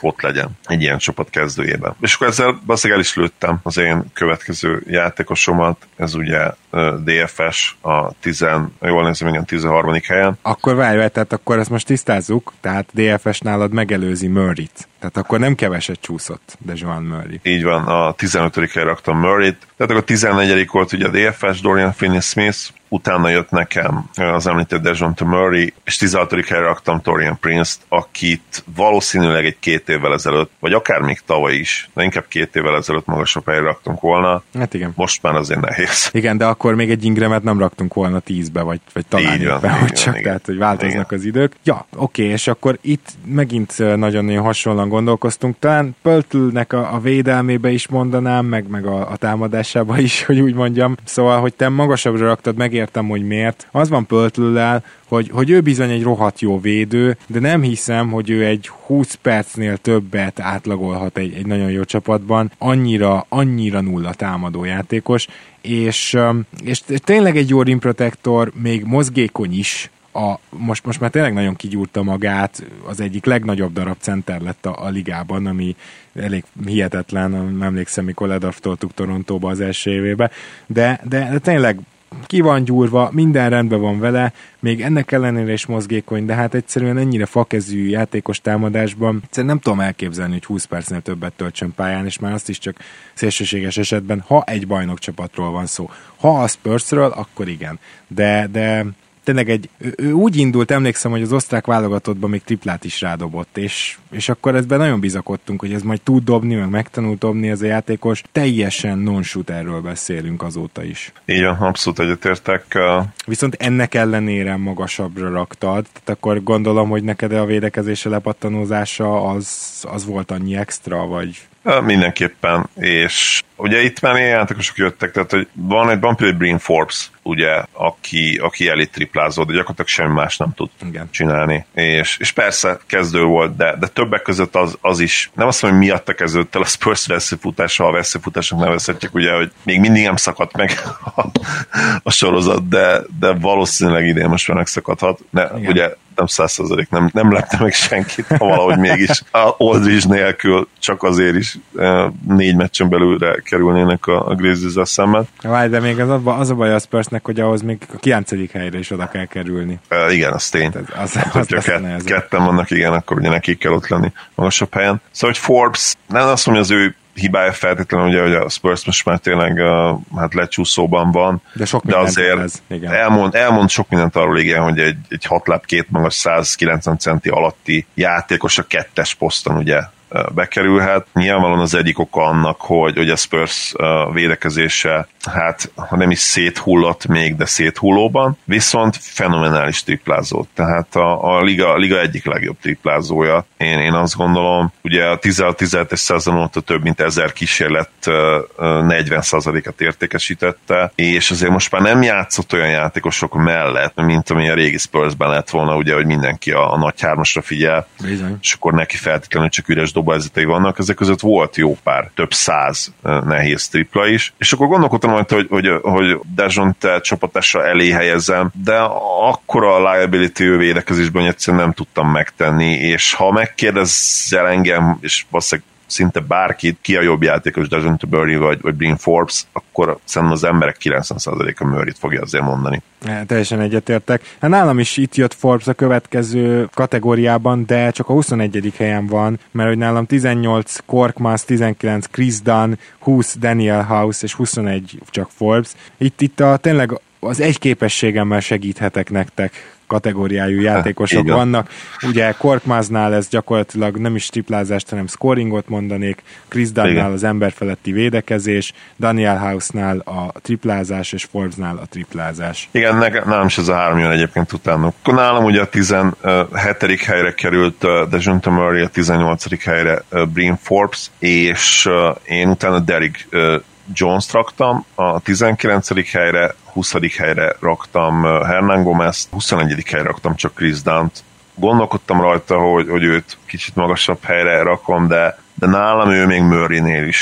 S3: ott legyen egy ilyen csapat kezdőjében. És akkor ezzel baszik el is lőttem az én következő játékosomat, ez ugye dé ef es a tíz, jól nézem, igen, tizenharmadik helyen.
S2: Akkor várj, tehát akkor ezt most tisztázzuk, tehát dé ef es nálad megelőzi Murrayt. Tehát akkor nem keveset csúszott Dejounte Murray.
S3: Így van, a tizenötödik helyre raktam Murrayt, tehát akkor a tizennegyedik volt ugye a dé ef es, Dorian Finney-Smith, utána jött nekem az említett Dejounte Murray, és tizenhatodik helyre raktam Taurean Prince-t, akit valószínűleg egy két évvel ezelőtt, vagy akár még tavaly is, de inkább két évvel ezelőtt magasabb helyre raktunk volna.
S2: Hát igen.
S3: Most már azért nehéz.
S2: Igen, de akkor még egy Ingramet nem raktunk volna tízbe, vagy, vagy talán
S3: így van,
S2: éppen, hogy csak,
S3: igen.
S2: Tehát, hogy változnak
S3: igen.
S2: az idők. Ja, oké, és akkor itt megint nagyon-nagyon hasonlóan gondolkoztunk. Talán Pöltlnek a, a védelmébe is mondanám, meg, meg a, a támadásába is, hogy úgy mondjam. Szóval, hogy te magasabbra raktad, megértem, hogy miért. Az van Pöltlel, hogy, hogy ő bizony egy rohadt jó védő, de nem hiszem, hogy ő egy húsz percnél többet átlagolhat egy, egy nagyon jó csapatban. Annyira, annyira nulla támadó játékos, és, és tényleg egy jó rim protector, még mozgékony is. A, most, most már tényleg nagyon kigyúrta magát, az egyik legnagyobb darab center lett a, a ligában, ami elég hihetetlen, emlékszem, mikor ledraftoltuk Torontóba az első évébe, de, de, de tényleg ki van gyúrva, minden rendben van vele, még ennek ellenére is mozgékony, de hát egyszerűen ennyire fakezű játékos támadásban egyszerűen nem tudom elképzelni, hogy húsz percnél többet töltsön pályán, és már azt is csak szélsőséges esetben, ha egy bajnokcsapatról van szó. Ha a Spursről, akkor igen. De, de tényleg egy, ő, ő úgy indult, emlékszem, hogy az osztrák válogatottban még triplát is rádobott, és, és akkor ezben nagyon bizakodtunk, hogy ez majd tud dobni, meg megtanult dobni ez a játékos. Teljesen non-shooterről beszélünk azóta is.
S3: Igen, abszolút egyetértek.
S2: Viszont ennek ellenére magasabbra raktad, tehát akkor gondolom, hogy neked a védekezése lepattanózása az, az volt annyi extra, vagy...
S3: Mindenképpen, és ugye itt már ilyen játékosok jöttek, tehát hogy van egy, van például Bryn Forbes, ugye, aki, aki elit triplázó, de gyakorlatilag semmi más nem tud
S2: Igen.
S3: csinálni. És, és persze kezdő volt, de, de többek között az, az is, nem azt mondom, hogy miatta kezdődött el a Spurs veszőfutása, a veszőfutásnak nevezhetjük, ugye, hogy még mindig nem szakadt meg a, a sorozat, de, de valószínűleg idén most már megszakadhat. Ne, ugye nem száz százalék, nem, nem lepte meg senkit, ha valahogy mégis Aldridge nélkül csak azért is négy meccsen belülre kerülnének a, a Grizzlies-el szemben.
S2: Várj, de még az a, az a baj a Spursnek, hogy ahhoz még a kilencedik helyre is oda kell kerülni.
S3: E, igen, az tény.
S2: Az,
S3: hát,
S2: az
S3: hogyha kett, ketten vannak, igen, akkor ugye nekik kell ott lenni magasabb helyen. Szóval, hogy Forbes, nem azt mondja, az ő hibája feltétlenül, ugye, hogy a Spurs most már tényleg uh, hát lecsúszóban van,
S2: de, sok
S3: de azért
S2: ez, igen.
S3: elmond, elmond sok mindent arról, igen, hogy egy, egy hat láb két magas száz kilencven centi alatti játékos a kettes poszton ugye bekerülhet. Nyilvánvalóan az egyik oka annak, hogy, hogy a Spurs védekezése, hát ha nem is széthullott még, de széthullóban, viszont fenomenális triplázó. Tehát a, a liga, a liga egyik legjobb triplázója. Én, én azt gondolom, ugye a tizenhat-tizenhetes szezon óta több mint ezer kísérlet negyven százalékot értékesítette, és azért most már nem játszott olyan játékosok mellett, mint ami a régi Spursben lett volna, ugye, hogy mindenki a, a nagy hármasra figyel,
S2: Bizony.
S3: És akkor neki feltétlenül csak üres dobázetei vannak, ezek között volt jó pár, több száz nehéz tripla is, és akkor gondolkodtam majd, hogy, hogy, hogy Dejounte csapatása elé helyezem, de akkora a liability védekezésben, hogy egyszerűen nem tudtam megtenni, és ha megkérdezzel engem, és valószínűleg szinte bárkit, ki a jobb játékos, Dejounte Murray vagy, vagy Bryn Forbes, akkor szerintem az emberek kilencven százaléka Murrayt fogja azért mondani.
S2: Ja, teljesen egyetértek. Hát nálam is itt jött Forbes a következő kategóriában, de csak a huszonegyedik helyen van, mert hogy nálam tizennyolc Korkmaz, tizenkilenc Chris Dunn, húsz Daniel House és huszonegy csak Forbes. Itt, itt a, tényleg az egy képességemmel segíthetek nektek kategóriájú játékosok
S3: ha,
S2: vannak. Ugye Korkmaznál ez gyakorlatilag nem is triplázást, hanem scoringot mondanék, Chris Dunnál az emberfeletti védekezés, Daniel House-nál a triplázás, és Forbesnál a triplázás.
S3: Igen, nálam is ez a három jön egyébként utána. Nálam ugye a tizenhetedik helyre került Dejounte Murray, a tizennyolcadik helyre Bryn Forbes, és én utána Derrick Jones-t raktam, a tizenkilencedik helyre, huszadik helyre raktam Hernán Gomez, huszonegyedik helyre raktam csak Chris Dunn-t. Gondolkodtam rajta, hogy, hogy őt kicsit magasabb helyre rakom, de, de nálam ő még Murraynél is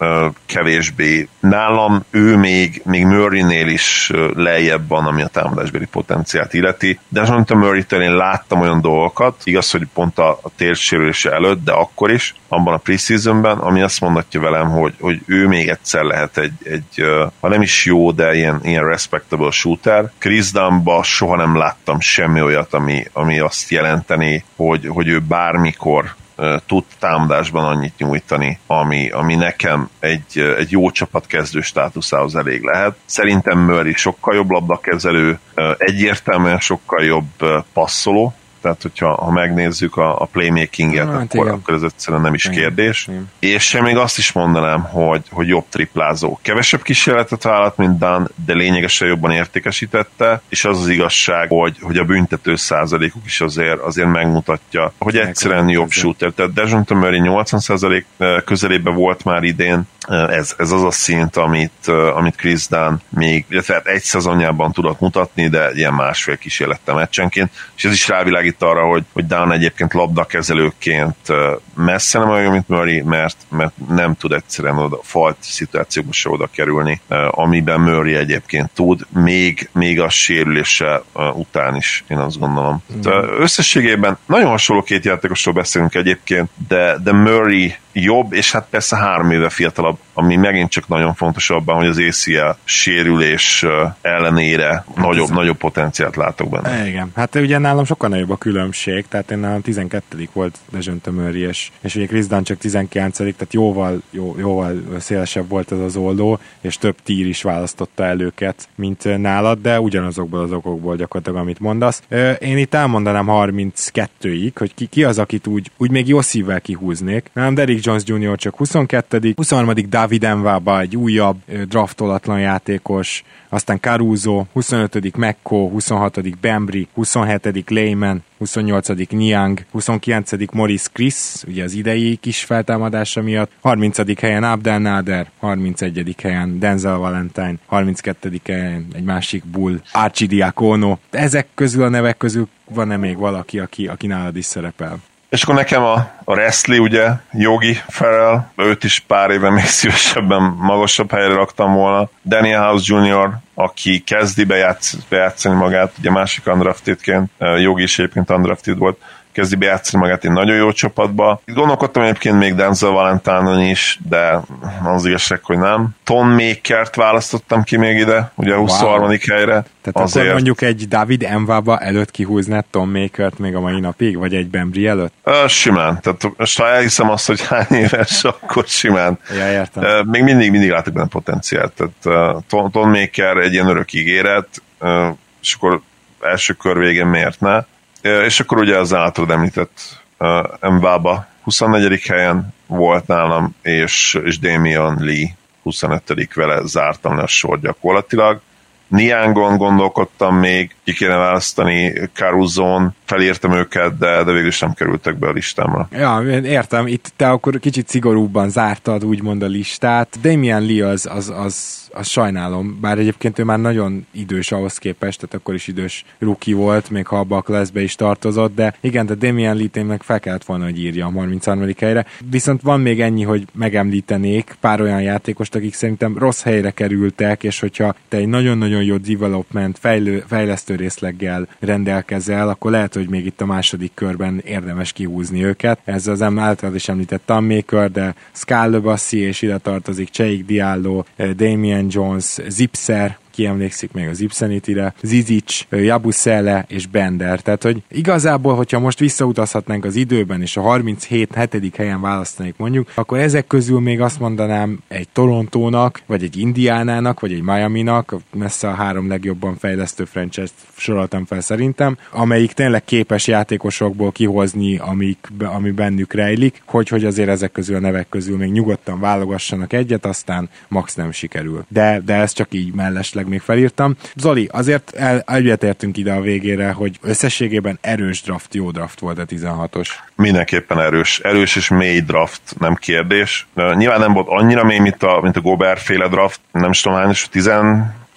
S3: kevésbé. Nálam ő még, még Murraynél is lejjebb van, ami a támadásbeli potenciált illeti, de azt mondtam, Murraytől én láttam olyan dolgokat, igaz, hogy pont a, a térsérülése előtt, de akkor is, abban a preseasonben, ami azt mondatja velem, hogy, hogy ő még egyszer lehet egy, egy ha nem is jó, de ilyen, ilyen respectable shooter. Chris Dunnba soha nem láttam semmi olyat, ami, ami azt jelenteni, hogy, hogy ő bármikor tud támadásban annyit nyújtani, ami, ami nekem egy, egy jó csapat kezdő státuszához elég lehet. Szerintem Murray sokkal jobb labdakezelő, egyértelműen sokkal jobb passzoló, tehát hogyha ha megnézzük a, a playmakinget, hát akkor, akkor ez egyszerűen nem is igen. kérdés. Igen. És sem még azt is mondanám, hogy, hogy jobb triplázó. Kevesebb kísérletet vállalt, mint Dan, de lényegesen jobban értékesítette, és az az igazság, hogy, hogy a büntető százalékuk is azért, azért megmutatja, hogy egyszerűen jobb shooter. Tehát Dejounte Murray nyolcvan százalék közelében volt már idén, ez, ez az a szint, amit, amit Chris Dunn még, illetve egy szezonjában tudott mutatni, de ilyen másfél kísérlettel meccsenként, és ez is rávilágít arra, hogy, hogy Dunn egyébként labdakezelőként messze nem olyan, mint Murray, mert, mert nem tud egyszerűen oda, falt szituációkba se oda kerülni, amiben Murray egyébként tud, még, még a sérülése után is, én azt gondolom. Mm. Összességében nagyon hasonló két játékosról beszélünk egyébként, de, de Murray jobb, és hát persze három éve fiatalabb, ami megint csak nagyon fontos abban, hogy az á cé el sérülés ellenére hát nagyobb, nagyobb potenciált látok benne.
S2: Igen, hát ugye nálam sokkal nagyobb a különbség, tehát én nálam tizenkettedik volt Dejounte Murray, és, és ugye Chris Dunn csak tizenkilencedik, tehát jóval, jó, jóval szélesebb volt ez az oldó, és több tír is választotta el őket, mint nálad, de ugyanazokból az okokból gyakorlatilag, amit mondasz. Én itt elmondanám harminckettőig, hogy ki, ki az, akit úgy, úgy még jó szívvel kihúznék. Nem, Derrick Jones junior csak huszonkettő huszonharmadik David Nwaba, egy újabb draftolatlan játékos, aztán Caruso, huszonötödik McCaw, huszonhatodik Bembry, huszonhetedik Layman, huszonnyolcadik Niang, huszonkilencedik Morris Chris, ugye az idei kis feltámadása miatt, harmincadik helyen Abdel Nader, harmincegyedik helyen Denzel Valentine, harminckettedik helyen egy másik Bull, Arcidiacono. Ezek közül a nevek közül van-e még valaki, aki, aki nálad is szerepel?
S3: És akkor nekem a, a wrestling, ugye, Yogi Ferrell, őt is pár éve még szívesebben magasabb helyre raktam volna. Daniel House junior, aki kezdi bejátsz, bejátszani magát, ugye másik undraftedként, Yogi is egyébként undrafted volt, kezdi bejátszani magát egy nagyon jó csapatba. Itt gondolkodtam egyébként még Denzel Valentine-on is, de az igazság, hogy nem. Thon Makert választottam ki még ide, ugye a huszonharmadik wow. helyre.
S2: Tehát azért... akkor mondjuk egy David Nwaba előtt kihúznád Thon Makert még a mai napig, vagy egy Bembry előtt?
S3: Uh, simán. Tehát most ha elhiszem azt, hogy hány éves, akkor simán.
S2: Ja, értem.
S3: Uh, még mindig, mindig látok benne potenciált. Tehát uh, Thon, Thon Maker egy ilyen örök ígéret, uh, és akkor első kör végén miért ne? És akkor ugye az általad említett uh, Nwaba huszonnegyedik helyen volt nálam, és, és Damian Lee huszonötödik vele zártam le a sor gyakorlatilag. Niangon gondolkodtam még, ki kéne választani, Caruzon, felírtam őket, de, de végül is nem kerültek be a listámra.
S2: Ja, értem, itt te akkor kicsit szigorúbban zártad úgymond a listát. Damian Lee az, az, az, az sajnálom, bár egyébként ő már nagyon idős ahhoz képest, tehát akkor is idős rookie volt, még ha abba a classbe is tartozott, de igen, de Damian Lee-t én meg fel kellett volna, hogy írjam harmincharmadik helyre. Viszont van még ennyi, hogy megemlítenék pár olyan játékost, akik szerintem rossz helyre kerültek, és hogyha te egy nagyon-nagyon jó development, fejlő, fejlesztő részleggel rendelkezel, akkor lehet, hogy még itt a második körben érdemes kihúzni őket. Ez az általad is említett Thon Maker, de Skal LeBassi, és ide tartozik Cheikh Diallo, Damian Jones, Zipser, ki emlékszik még az Ipsenitire, Zizic, Jabusele és Bender. Tehát, hogy igazából, hogyha most visszautazhatnánk az időben, és a harminchét hetedik helyen választanék mondjuk, akkor ezek közül még azt mondanám egy Torontónak, vagy egy Indiánának, vagy egy Miaminak, messze a három legjobban fejlesztő franchise-t soroltam fel szerintem, amelyik tényleg képes játékosokból kihozni, amik, ami bennük rejlik, hogy, hogy azért ezek közül a nevek közül még nyugodtan válogassanak egyet, aztán max nem sikerül. De, de ez csak így mellesleg még felírtam. Zoli, azért el, egyetértünk ide a végére, hogy összességében erős draft, jó draft volt a tizenhatos.
S3: Mindenképpen erős. Erős és mély draft, nem kérdés. Nyilván nem volt annyira mély, mint a, mint a Gobert féle draft, nem is tudom hányos, tizenhárom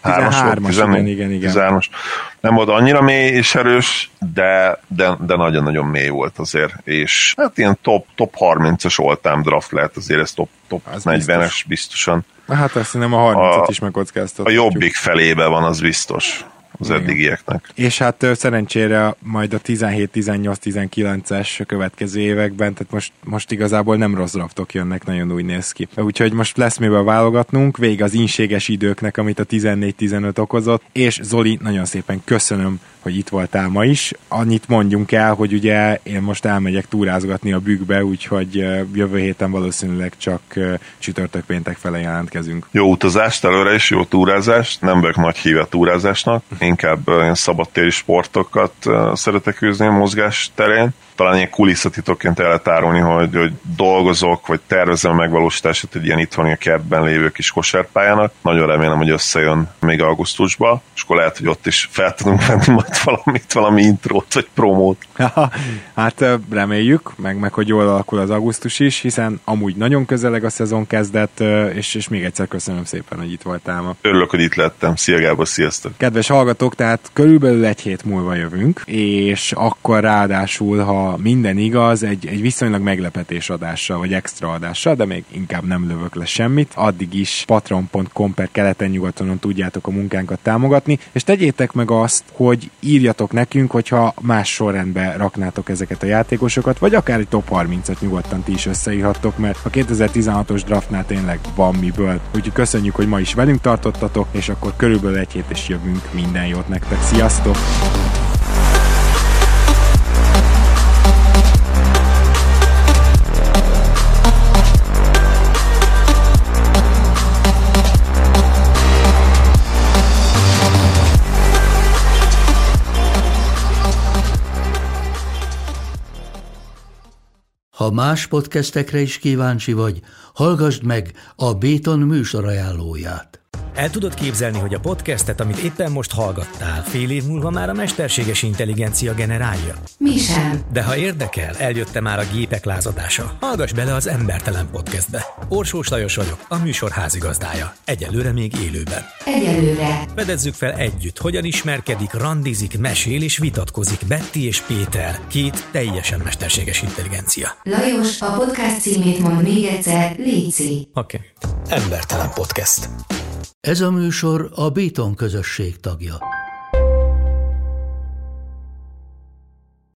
S2: tizenhármas, igen, igen, igen.
S3: tizenhármas. Nem volt annyira mély és erős, de, de, de nagyon-nagyon mély volt azért, és hát ilyen top, top harmincas all-time draft lehet, azért ez top, top negyvenes biztos. biztosan.
S2: Hát azt hiszem a harmincat is megkockáztatjuk.
S3: A jobbik felébe van, az biztos. Az eddigieknek.
S2: És hát szerencsére majd a tizenhét, tizennyolc, tizenkilences következő években, tehát most, most igazából nem rossz draftok jönnek, nagyon úgy néz ki. Úgyhogy most lesz mivel válogatnunk, végig az ínséges időknek, amit a tizennégy tizenöt okozott, és Zoli, nagyon szépen köszönöm, hogy itt voltál ma is. Annyit mondjunk el, hogy ugye én most elmegyek túrázgatni a Bükkbe, úgyhogy jövő héten valószínűleg csak csütörtök-péntek fele jelentkezünk.
S3: Jó utazást előre is, jó túrázást, nem vagyok nagy híve a túrázásnak, inkább ilyen szabadtéri sportokat szeretek űzni a mozgás terén. Talán ilyen kulisszatitokként el lehet árulni, hogy, hogy dolgozok, vagy tervezem a megvalósítását egy ilyen itthoni a kertben lévő kis kosárpályának. Nagyon remélem, hogy összejön még augusztusban, és akkor lehet, hogy ott is fel tudunk venni majd valamit, valami intrót, vagy promót.
S2: Hát reméljük, meg, meg hogy jól alakul az augusztus is, hiszen amúgy nagyon közeleg a szezon kezdet, és, és még egyszer köszönöm szépen, hogy itt voltál ma.
S3: Örülök, hogy itt lettem. Szia Gábor, sziasztok!
S2: Kedves hallgatók, tehát körülbelül egy hét múlva jövünk, és akkor ráadásul, ha minden igaz, egy, egy viszonylag meglepetés adással, vagy extra adással, de még inkább nem lövök le semmit. Addig is patreon pont com per keleten nyugatonon tudjátok a munkánkat támogatni, és tegyétek meg azt, hogy írjatok nekünk, hogyha más sorrendbe raknátok ezeket a játékosokat, vagy akár egy top harmincat nyugodtan ti is összeírhattok, mert a kétezer-tizenhatos draftnál tényleg van miből. Úgyhogy köszönjük, hogy ma is velünk tartottatok, és akkor körülbelül egy hét és jövünk. Minden jót nektek. Sziasztok!
S4: Ha más podcastekre is kíváncsi vagy, hallgassd meg a Béton műsor ajánlóját.
S5: El tudod képzelni, hogy a podcastet, amit éppen most hallgattál, fél év múlva már a mesterséges intelligencia generálja?
S6: Mi sem.
S5: De ha érdekel, eljötte már a gépek lázadása. Hallgass bele az Embertelen Podcastbe. Orsós Lajos vagyok, a műsor házigazdája. Egyelőre még élőben.
S6: Egyelőre.
S5: Fedezzük fel együtt, hogyan ismerkedik, randizik, mesél és vitatkozik Betty és Péter, két teljesen mesterséges intelligencia.
S6: Lajos, a podcast címét mond még egyszer, léci.
S5: Oké. Okay. Embertelen Podcast.
S4: Ez a műsor a Béton közösség tagja.